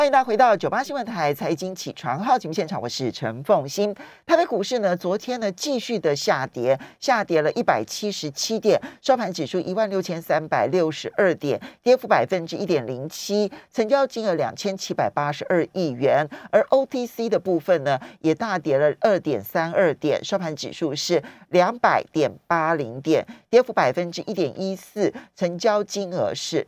欢迎大家回到98新闻台财经起床号节目现场，我是陈凤馨。台北股市呢，昨天呢继续的下跌，下跌了177点，收盘指数16362点，跌幅1.07%，成交金额2782亿元。而 OTC 的部分呢，也大跌了2.32点，收盘指数是200.80点，跌幅1.14%，成交金额是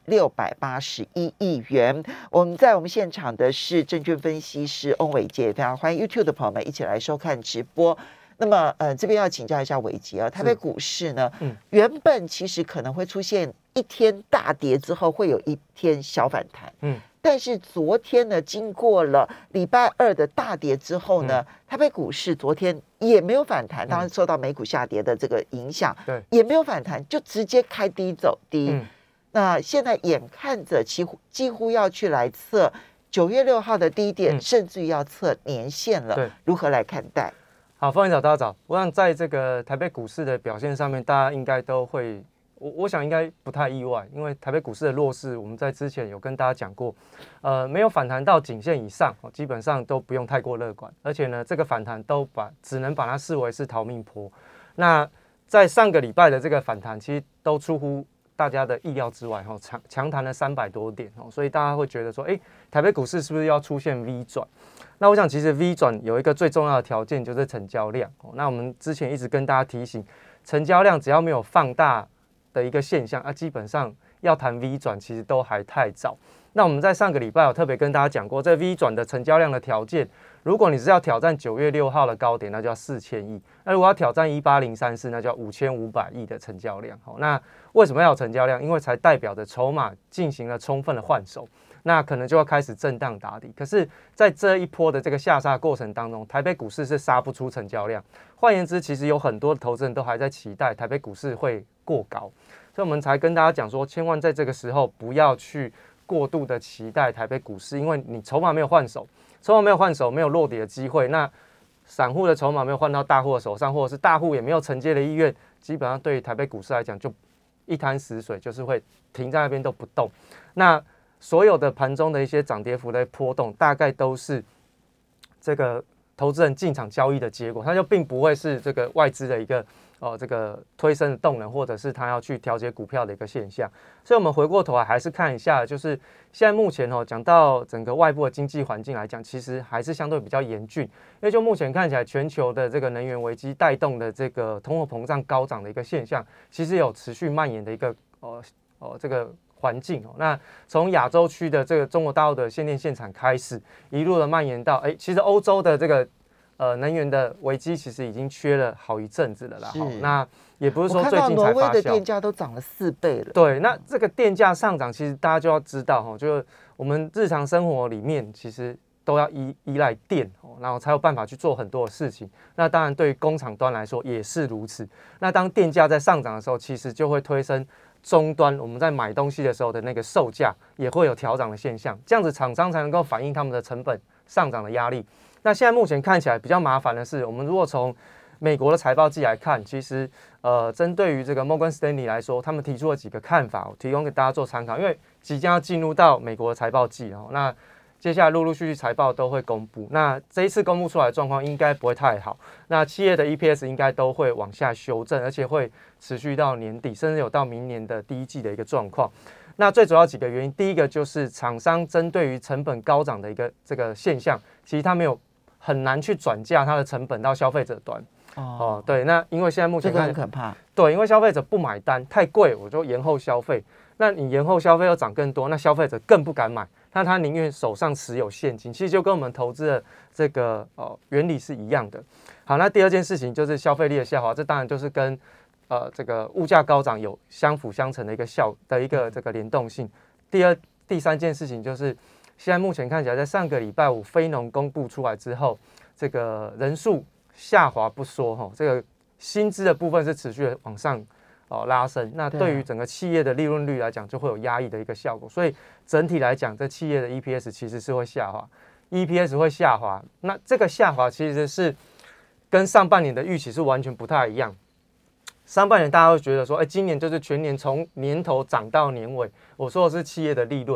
681亿元。我们现场的是证券分析师翁伟杰，非常欢迎 YouTube 的朋友们一起来收看直播。那么这边要请教一下伟杰啊，台北股市呢，原本其实可能会出现一天大跌之后会有一天小反弹，但是昨天呢，经过了礼拜二的大跌之后呢，台北股市昨天也没有反弹，当然受到美股下跌的这个影响，也没有反弹，就直接开低走低。那现在眼看着几乎要去来测9月6号的低点，甚至于要测年线了，如何来看待？ 好，欢迎大家早。我想在这个台北股市的表现上面，大家应该都会，我想应该不太意外，因为台北股市的弱势，我们在之前有跟大家讲过，没有反弹到颈线以上，基本上都不用太过乐观，而且呢，这个反弹都只能把它视为是逃命波。那在上个礼拜的这个反弹，其实都出乎大家的意料之外，强弹了300多点，所以大家会觉得说，台北股市是不是要出现 V 转？那我想，其实 V 转有一个最重要的条件就是成交量。那我们之前一直跟大家提醒，成交量只要没有放大的一个现象，基本上要谈 V 转其实都还太早。那我们在上个礼拜有特别跟大家讲过，这 V 转的成交量的条件，如果你是要挑战9月6号的高点，那就要4000亿；那如果要挑战18034，那就要5500亿的成交量。那为什么要有成交量？因为才代表着筹码进行了充分的换手，那可能就要开始震荡打底。可是，在这一波的这个下杀过程当中，台北股市是杀不出成交量。换言之，其实有很多的投资人都还在期待台北股市会过高，所以我们才跟大家讲说，千万在这个时候不要去过度的期待台北股市，因为你筹码没有换手，没有落底的机会，那散户的筹码没有换到大户的手上，或者是大户也没有承接的意愿，基本上对于台北股市来讲就一滩死水，就是会停在那边都不动。那所有的盘中的一些涨跌幅的波动，大概都是这个投资人进场交易的结果，它就并不会是这个外资的一个这个推升的动能，或者是他要去调节股票的一个现象。所以我们回过头来还是看一下，就是现在目前讲到整个外部的经济环境来讲，其实还是相对比较严峻，因为就目前看起来，全球的这个能源危机带动的这个通货膨胀高涨的一个现象，其实有持续蔓延的一个这个环境。那从亚洲区的这个中国大陆的限电限产开始，一路的蔓延到其实欧洲的这个能源的危机其实已经缺了好一阵子了啦。那也不是说最近才发酵， 挪威的电价都涨了4倍了。 对，那这个电价上涨，其实大家就要知道就是我们日常生活里面其实都要依赖电，然后才有办法去做很多的事情。那当然对于工厂端来说也是如此。那当电价在上涨的时候，其实就会推升终端我们在买东西的时候的那个售价也会有调涨的现象，这样子厂商才能够反映他们的成本上涨的压力。那现在目前看起来比较麻烦的是，我们如果从美国的财报季来看，其实针对于这个 Morgan Stanley 来说，他们提出了几个看法，我提供给大家做参考。因为即将要进入到美国的财报季，那接下来陆续财报都会公布，那这一次公布出来的状况应该不会太好，那企业的 EPS 应该都会往下修正，而且会持续到年底，甚至有到明年的第一季的一个状况。那最主要几个原因，第一个就是厂商针对于成本高涨的一个这个现象，其实它没有很难去转嫁它的成本到消费者端。对，那因为现在目前看这个很可怕。 对，因为消费者不买单，太贵，我就延后消费。那你延后消费又涨更多，那消费者更不敢买，那他宁愿手上持有现金，其实就跟我们投资的这个原理是一样的。好，那第二件事情就是消费力的下滑，这当然就是跟这个物价高涨有相辅相成的一个这个联动性。第三件事情就是现在目前看起来，在上个礼拜五非农公布出来之后，这个人数下滑不说，这个薪资的部分是持续的往上拉升，那对于整个企业的利润率来讲，就会有压抑的一个效果。所以整体来讲，这企业的 EPS 其实是会下滑 ，EPS 会下滑。那这个下滑其实是跟上半年的预期是完全不太一样。上半年大家会觉得说，今年就是全年从年头涨到年尾，我说的是企业的利润，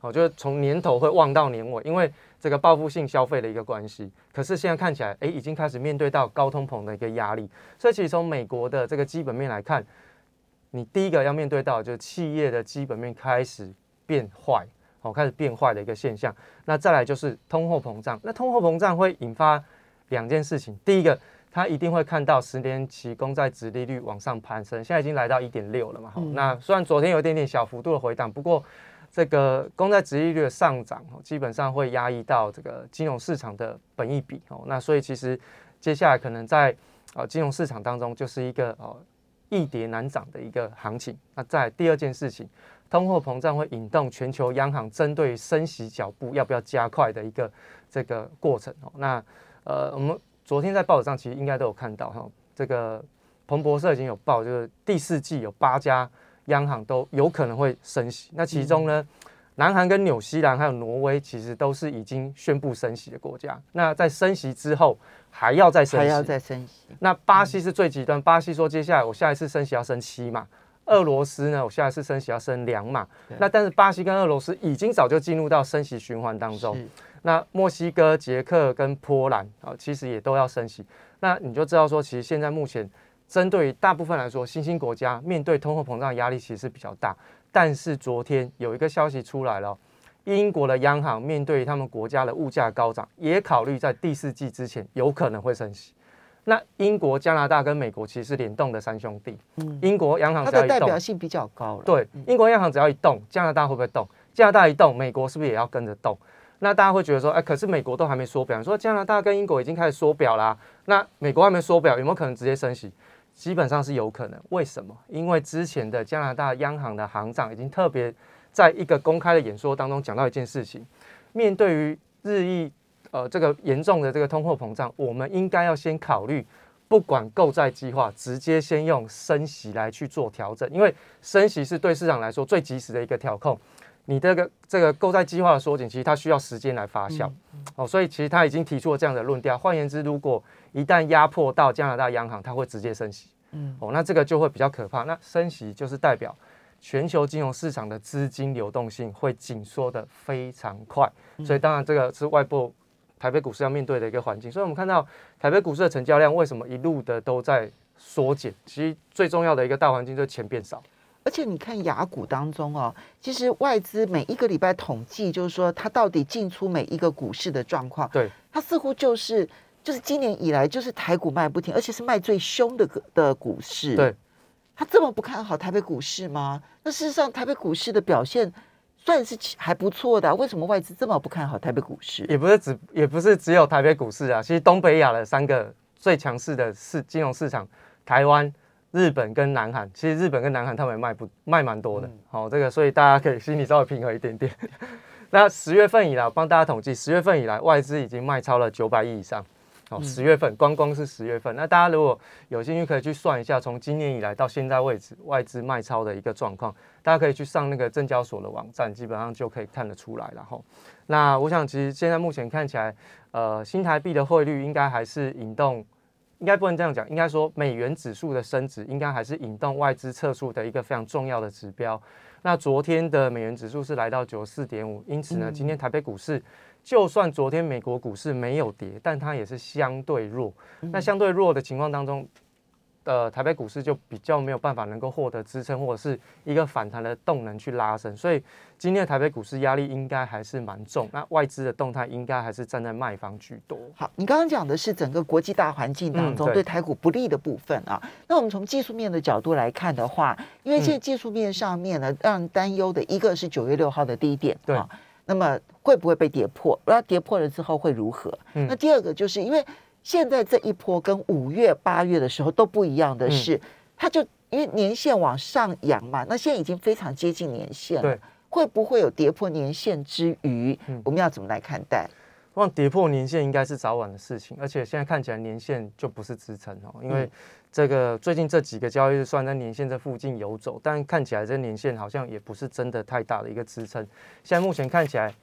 就是从年头会望到年尾，因为这个报复性消费的一个关系。可是现在看起来，已经开始面对到高通膨的一个压力。所以其实从美国的这个基本面来看，你第一个要面对到就是企业的基本面开始变坏，开始变坏的一个现象。那再来就是通货膨胀，那通货膨胀会引发2件事情，第一个，它一定会看到10年期公债殖利率往上攀升，现在已经来到1.6了嘛。那虽然昨天有一点点小幅度的回档，不过这个公债殖利率的上涨，基本上会压抑到这个金融市场的本益比。那所以其实接下来可能在金融市场当中就是一个易跌难涨的一个行情。那再来第2件事情，通货膨胀会引动全球央行针对升息脚步要不要加快的一个这个过程。那我们昨天在报纸上其实应该都有看到这个彭博社已经有报，就是第4季有8家央行都有可能会升息。那其中呢，南韩跟纽西兰还有挪威其实都是已经宣布升息的国家。那在升息之后还要再升息，那巴西是最极端，巴西说接下来我下一次升息要升7码。俄罗斯呢，我下一次升息要升2码。那但是巴西跟俄罗斯已经早就进入到升息循环当中。那墨西哥、捷克跟波兰其实也都要升息。那你就知道说，其实现在目前针对于大部分来说，新兴国家面对通货膨胀的压力其实是比较大。但是昨天有一个消息出来了，英国的央行面对他们国家的物价高涨，也考虑在第4季之前有可能会升息。那英国、加拿大跟美国其实是联动的3兄弟。英国央行只要一动， 它的代表性比较高了。 对，英国央行只要一动，加拿大会不会动？加拿大一动，美国是不是也要跟着动？那大家会觉得说，可是美国都还没缩表，你说加拿大跟英国已经开始缩表啦，那美国还没缩表，有没有可能直接升息？基本上是有可能。为什么？因为之前的加拿大央行的行长已经特别在一个公开的演说当中讲到一件事情，面对于日益这个严重的这个通货膨胀，我们应该要先考虑，不管购债计划，直接先用升息来去做调整，因为升息是对市场来说最及时的一个调控。你这个购债计划的缩紧，其实它需要时间来发酵。所以其实他已经提出了这样的论调。换言之，如果一旦压迫到加拿大央行，它会直接升息。那这个就会比较可怕。那升息就是代表全球金融市场的资金流动性会紧缩的非常快，所以当然这个是外部台北股市要面对的一个环境。所以我们看到台北股市的成交量为什么一路的都在缩减？其实最重要的一个大环境就是钱变少。 而且你看雅股当中其实外资每一个礼拜统计，就是说它到底进出每一个股市的状况， 对， 它似乎就是今年以来就是台股卖不停，而且是卖最凶的股市。 对， 他这么不看好台北股市吗？那事实上台北股市的表现算是还不错的为什么外资这么不看好台北股市？ 也不是只有台北股市啊，其实东北亚的3个最强势的金融市场，台湾、日本跟南韩，其实日本跟南韩他们也卖蛮多的。这个所以大家可以心里稍微平和一点点。那10月份以来，我帮大家统计，10月份以来外资已经卖超了900亿以上。10月份光是10月份，那大家如果有兴趣可以去算一下，从今年以来到现在为止外资卖超的一个状况，大家可以去上那个证交所的网站，基本上就可以看得出来了吼。那我想其实现在目前看起来，新台币的汇率应该还是引动，应该不能这样讲，应该说美元指数的升值应该还是引动外资撤出的一个非常重要的指标。那昨天的美元指数是来到94.5，因此呢，今天台北股市就算昨天美国股市没有跌，但它也是相对弱。那相对弱的情况当中，台北股市就比较没有办法能够获得支撑，或者是一个反弹的动能去拉升。所以今天的台北股市压力应该还是蛮重。那外资的动态应该还是站在卖方居多。 好，你刚刚讲的是整个国际大环境当中对台股不利的部分那我们从技术面的角度来看的话，因为现在技术面上面呢，让人担忧的一个是9月6号的低点对。 那么会不会被跌破？那跌破了之后会如何？那第二个就是因为现在这一波跟5月、8月的时候都不一样的是，它就因为年线往上扬嘛，那现在已经非常接近年线了，会不会有跌破年线之余，我们要怎么来看待？ 我想跌破年线应该是早晚的事情，而且现在看起来年线就不是支撑因为这个最近这几个交易日算在年线这附近游走，但看起来这年线好像也不是真的太大的一个支撑。现在目前看起来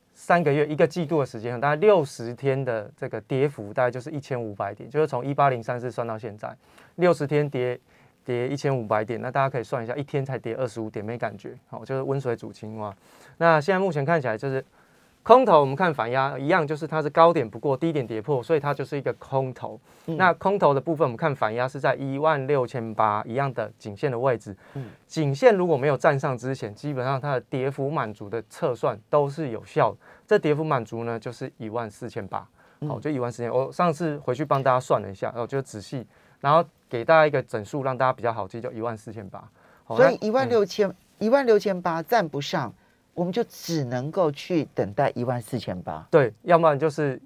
3个月1个季度的时间，大概60天的这个跌幅大概就是1500点，就是从18034算到现在，60天跌跌1500点，那大家可以算一下，一天才跌25点，没感觉，好，就是温水煮青蛙。那现在目前看起来就是空头，我们看反压一样，就是它是高点不过低点跌破，所以它就是一个空头。那空头的部分，我们看反压是在16800一样的颈线的位置。颈线如果没有站上之前，基本上它的跌幅满足的测算都是有效的。这跌幅满足呢，就是14800。好，就14000。我上次回去帮大家算了一下，我就仔细，然后给大家一个整数，让大家比较好记，就14800。 所以16800站不上，我们就只能够去等待14800。 对，要不然就是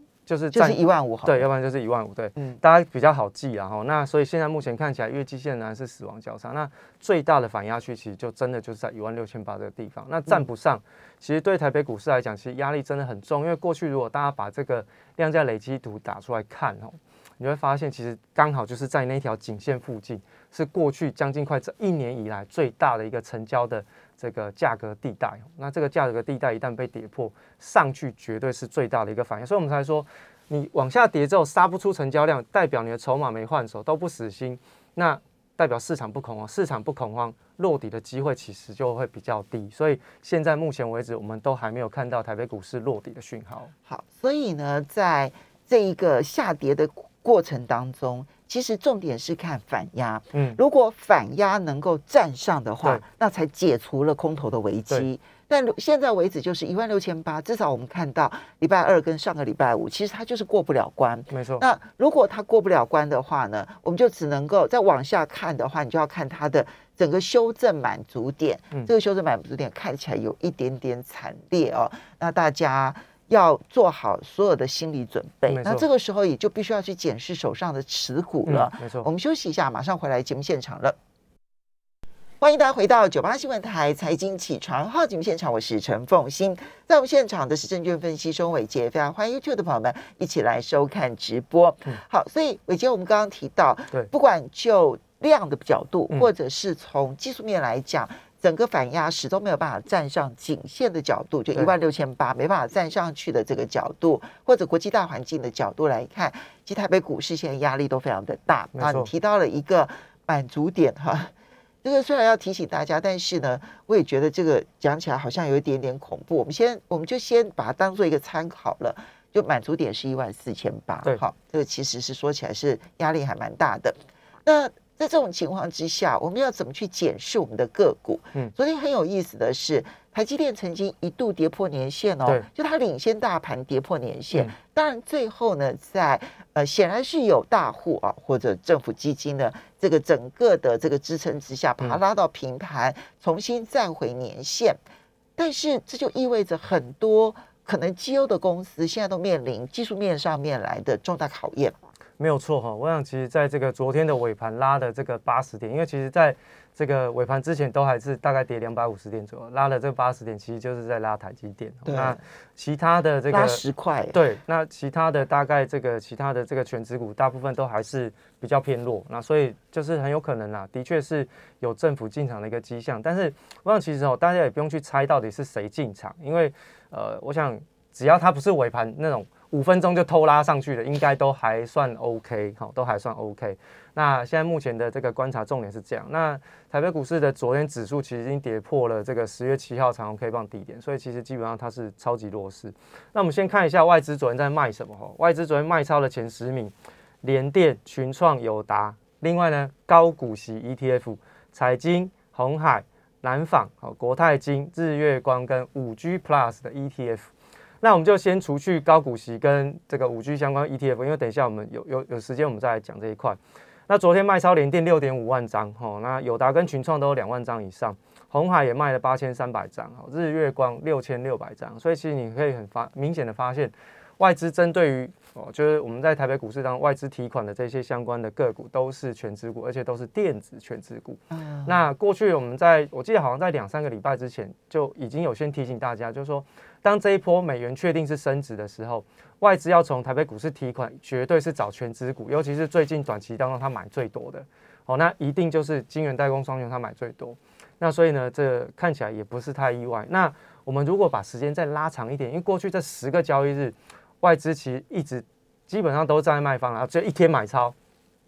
15000好。 对，要不然就是15000。对，大家比较好记啦哈。那所以现在目前看起来，月季线仍然是死亡交叉。那最大的反压区其实就真的就是在16800这个地方。那站不上，其实对台北股市来讲，其实压力真的很重。因为过去如果大家把这个量价累积图打出来看哦，你会发现其实刚好就是在那条颈线附近，是过去将近快这1年以来最大的一个成交的这个价格地带。那这个价格地带一旦被跌破，上去绝对是最大的一个反应。所以我们才说，你往下跌之后杀不出成交量，代表你的筹码没换手，都不死心，那代表市场不恐慌，市场不恐慌，落底的机会其实就会比较低。所以现在目前为止，我们都还没有看到台北股市落底的讯号。 好，所以呢，在这一个下跌的过程当中，其实重点是看反压。如果反压能够站上的话，那才解除了空头的危机。但现在为止就是16800，至少我们看到礼拜二跟上个礼拜五，其实它就是过不了关。 没错。 那如果它过不了关的话呢，我们就只能够再往下看的话，你就要看它的整个修正满足点。这个修正满足点看起来有一点点惨烈哦，那大家要做好所有的心理准备。那这个时候也就必须要去检视手上的持股了。 没错。 我们休息一下，马上回来节目现场了。欢迎大家回到98新闻台财经起床号节目现场，我是陈凤馨。在我们现场的是证券分析钟伟杰，非常欢迎 YouTube 的朋友们一起来收看直播。好，所以伟杰，我们刚刚提到，不管就量的角度，或者是从技术面来讲，整个反压始终没有办法站上颈线的角度，就16800没办法站上去的这个角度，或者国际大环境的角度来看，其实台北股市现在压力都非常的大。啊，你提到了一个满足点哈。这个虽然要提醒大家，但是呢，我也觉得这个讲起来好像有一点点恐怖。我们就先把它当做一个参考了，就满足点是14800。好，这个其实是说起来是压力还蛮大的。那在这种情况之下，我们要怎么去检视我们的个股？昨天很有意思的是，台积电曾经一度跌破年线哦，就它领先大盘跌破年线。当然最后呢，在显然是有大户啊或者政府基金的这个整个的这个支撑之下，把它拉到平盘，重新站回年线。但是这就意味着很多可能绩优的公司现在都面临技术面上面来的重大考验。 没有错哈，我想其实在这个昨天的尾盘拉的这个80点，因为其实在这个尾盘之前都还是大概跌250点左右，拉了这80点，其实就是在拉台积电。那其他的这个拉10块， 对，那其他的大概其他的这个权值股大部分都还是比较偏弱，那所以就是很有可能啦，的确是有政府进场的一个迹象。但是我想其实大家也不用去猜到底是谁进场，因为我想只要它不是尾盘那种5分钟就偷拉上去的，应该都还算 OK， 好，都还算 OK。那现在目前的这个观察重点是这样。那台北股市的昨天指数其实已经跌破了这个10月7号长红 K 棒低点，所以其实基本上它是超级弱势。那我们先看一下外资昨天在卖什么哈？外资昨天卖超的前10名，联电、群创、友达，另外呢高股息 ETF， 彩晶、鸿海、南纺、国泰金、日月光跟5G Plus 的 ETF。那我们就先除去高股息跟这个5G 相关 ETF， 因为等一下我们有时间我们再来讲这一块。那昨天卖超联电 6.5 万张，那友达跟群创都有2万张以上，鸿海也卖了8300张，日月光6600张，所以其实你可以很明显的发现，外资针对于就是我们在台北股市当中外资提款的这些相关的个股都是权值股，而且都是电子权值股。那过去我记得好像在2-3个礼拜之前就已经有先提醒大家，就是说当这一波美元确定是升值的时候，外资要从台北股市提款，绝对是找权值股，尤其是最近短期当中他买最多的，那一定就是晶圆代工双雄他买最多。那所以呢，这看起来也不是太意外。那我们如果把时间再拉长一点，因为过去这10个交易日，外资其实一直基本上都站在卖方，然后只有一天买超，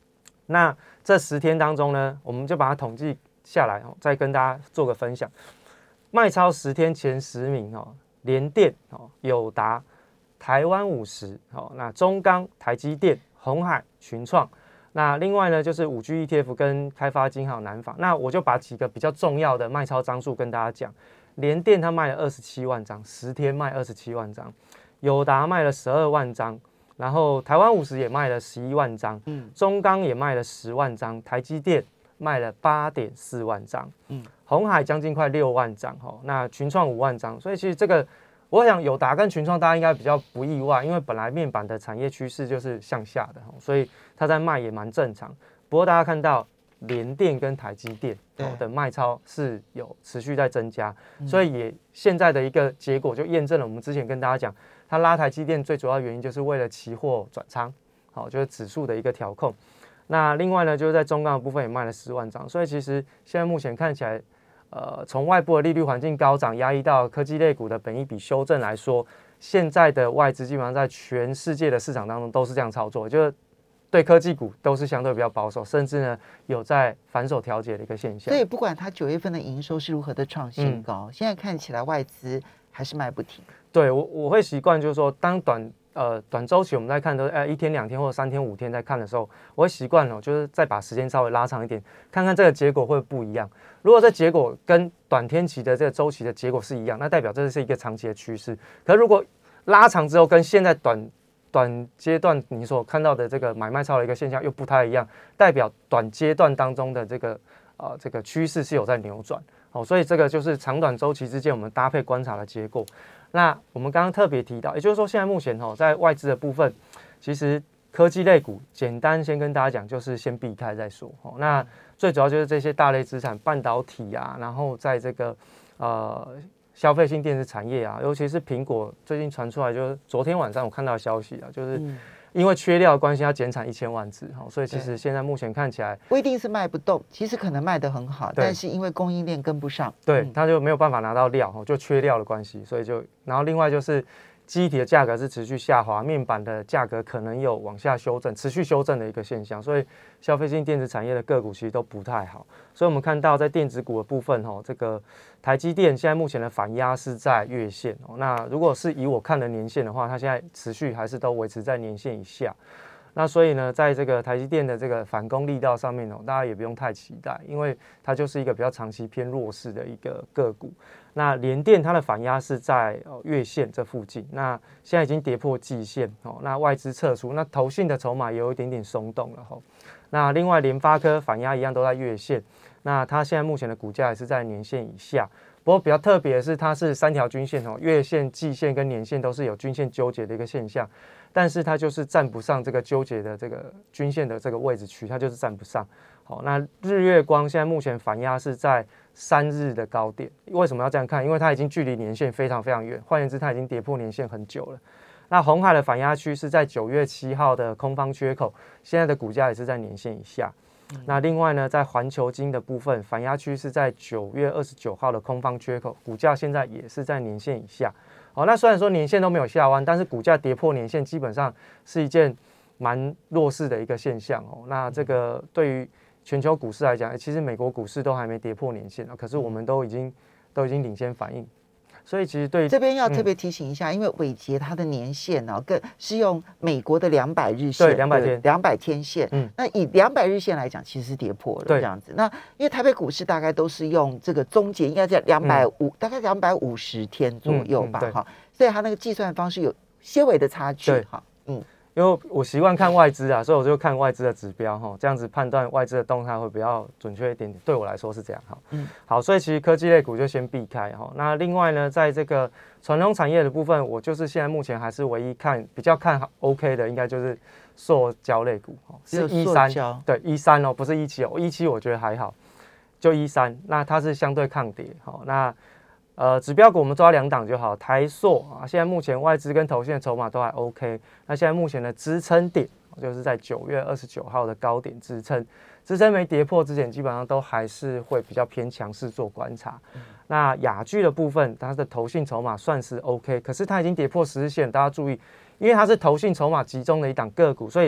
那这10天当中呢，我们就把它统计下来，再跟大家做个分享。卖超10天前10名联电、友达、台湾50，那中钢、台积电、鸿海、群创。那另外呢，就是 5G ETF 跟开发金还有南纺。那我就把几个比较重要的卖超张数跟大家讲。联电它卖了27万张，10天卖27万张；友达卖了12万张，然后台湾50也卖了11万张，中钢也卖了10万张，台积电卖了8.4万张，鸿海将近快6万张，那群创5万张。所以其实这个，我想友达跟群创大家应该比较不意外，因为本来面板的产业趋势就是向下的，所以它在卖也蛮正常。不过大家看到联电跟台积电的卖超是有持续在增加，所以也现在的一个结果就验证了我们之前跟大家讲，它拉台积电最主要原因就是为了期货转仓，就是指数的一个调控。那另外呢，就是在中钢的部分也卖了10万张，所以其实现在目前看起来，从外部的利率环境高涨压抑到科技类股的本益比修正来说，现在的外资基本上在全世界的市场当中都是这样操作，就是对科技股都是相对比较保守，甚至呢有在反手调节的一个现象。 所以不管它9月份的营收是如何的创新高，现在看起来外资还是卖不停。 对，我会习惯就是说，当短周期我们在看都1天2天或者3天5天在看的时候，我会习惯就是再把时间稍微拉长一点，看看这个结果会不一样。如果这结果跟短天期的这个周期的结果是一样，那代表这是一个长期的趋势。可如果拉长之后跟现在短阶段你所看到的这个买卖超的一个现象又不太一样，代表短阶段当中的这个趋势是有在扭转。所以这个就是长短周期之间我们搭配观察的结果。那我们刚刚特别提到，也就是说现在目前在外资的部分，其实科技类股简单先跟大家讲，就是先避开再说。那最主要就是这些大类资产，半导体啊，然后在这个消费性电子产业啊，尤其是苹果最近传出来，就是昨天晚上我看到的消息啊，就是因为缺料的关系，要减产1000万只，所以其实现在目前看起来不一定是卖不动，其实可能卖得很好，但是因为供应链跟不上， 对，它就没有办法拿到料，就缺料的关系，所以然后另外就是记忆体的价格是持续下滑，面板的价格可能有往下修正，持续修正的一个现象，所以消费性电子产业的个股其实都不太好。所以我们看到在电子股的部分，这个台积电现在目前的反压是在月线，那如果是以我看的年线的话，它现在持续还是都维持在年线以下。那所以呢，在这个台积电的这个反攻力道上面大家也不用太期待，因为它就是一个比较长期偏弱势的一个个股。那联电它的反压是在月线这附近，那现在已经跌破季线，那外资撤出，那投信的筹码也有一点点松动了。那另外联发科反压一样都在月线，那它现在目前的股价也是在年线以下。不过比较特别的是，它是3条均线月线、季线跟年线都是有均线纠结的一个现象，但是它就是站不上这个纠结的这个均线的这个位置区，它就是站不上。那日月光现在目前反压是在3日的高点，为什么要这样看？因为它已经距离年线非常非常远，换言之，它已经跌破年线很久了。那鸿海的反压区是在9月7号的空方缺口，现在的股价也是在年线以下。那另外呢，在环球晶的部分，反压区是在9月29号的空方缺口，股价现在也是在年线以下。那虽然说年线都没有下弯，但是股价跌破年线，基本上是一件蛮弱势的一个现象。那这个对于全球股市来讲，其实美国股市都还没跌破年线，可是我们都已经领先反应。所以其实对这边要特别提醒一下，因为伟捷它的年限更是用美国的200日线， 对200天线，那以200日线来讲，其实是跌破了这样子。那因为台北股市大概都是用这个终结，应该在250，大概250天左右吧，哈，所以它那个计算方式有些微的差距，哈， 因为我习惯看外资啊，所以我就看外资的指标这样子判断外资的动态会比较准确一点点。对我来说是这样好，所以其实科技类股就先避开那另外呢，在这个传统产业的部分，我就是现在目前还是唯一比较看 OK 的，应该就是塑胶类股是13，对13不是17我觉得还好，就13，那它是相对抗跌那。指标股我们抓2档就好，台塑现在目前外资跟投信的筹码都还 OK。那现在目前的支撑点就是在9月29号的高点支撑没跌破之前，基本上都还是会比较偏强势做观察。那亚聚的部分，它的投信筹码算是 OK， 可是它已经跌破10日线，大家注意，因为它是投信筹码集中的一档个股，所以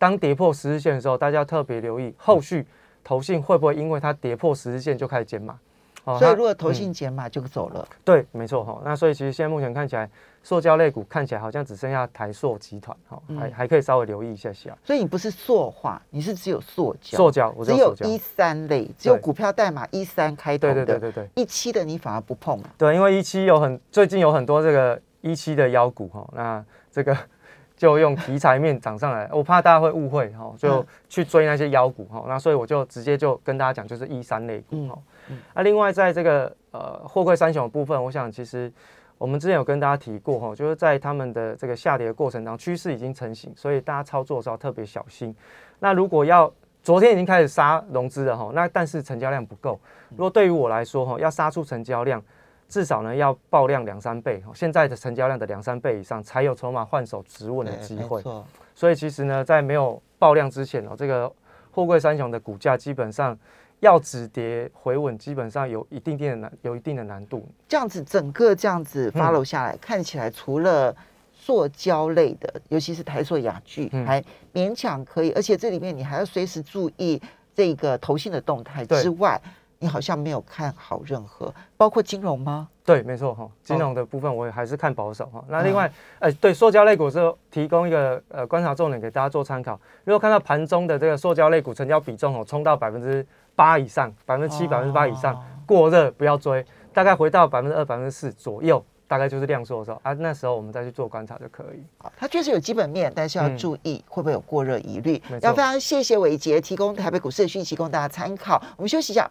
当跌破十日线的时候，大家要特别留意后续投信会不会因为它跌破十日线就开始减码。 所以如果投信减码就走了。 对，没错哈。那所以其实现在目前看起来，塑胶类股看起来好像只剩下台塑集团哈，还可以稍微留意一下下。 所以你不是塑化，你是只有塑胶。 塑胶， 只有13类，只有股票代码13开头的。 对。 17的你反而不碰啊？ 对，因为最近有很多这个17的妖股哈，那这个就用题材面涨上来，我怕大家会误会哈，就去追那些妖股哈。那所以我就直接就跟大家讲，就是13类股哈。另外在这个货柜三雄的部分，我想其实我们之前有跟大家提过哈，就是在他们的这个下跌的过程当中，趋势已经成型，所以大家操作的时候特别小心。那如果昨天已经开始杀融资了哈，那但是成交量不够。如果对于我来说哈，要杀出成交量，至少呢要爆量2-3倍，现在的成交量的2-3倍以上，才有筹码换手止稳的机会。所以其实呢，在没有爆量之前这个货柜三雄的股价基本上要止跌回稳，基本上有一定的难度。这样子整个这样子 follow 下来，看起来除了塑胶类的，尤其是台塑、亚聚，还勉强可以，而且这里面你还要随时注意这个投信的动态之外，你好像没有看好任何，包括金融吗？ 对，没错哈，金融的部分我也还是看保守哈。那另外，对塑胶类股是提供一个观察重点给大家做参考。如果看到盘中的这个塑胶类股成交比重冲到8%以上，7%、8%以上，过热不要追，大概回到2%、4%左右，大概就是量缩的时候啊，那时候我们再去做观察就可以。 好，它确实有基本面，但是要注意会不会有过热疑虑。要非常谢谢伟捷提供台北股市的讯息供大家参考。我们休息一下。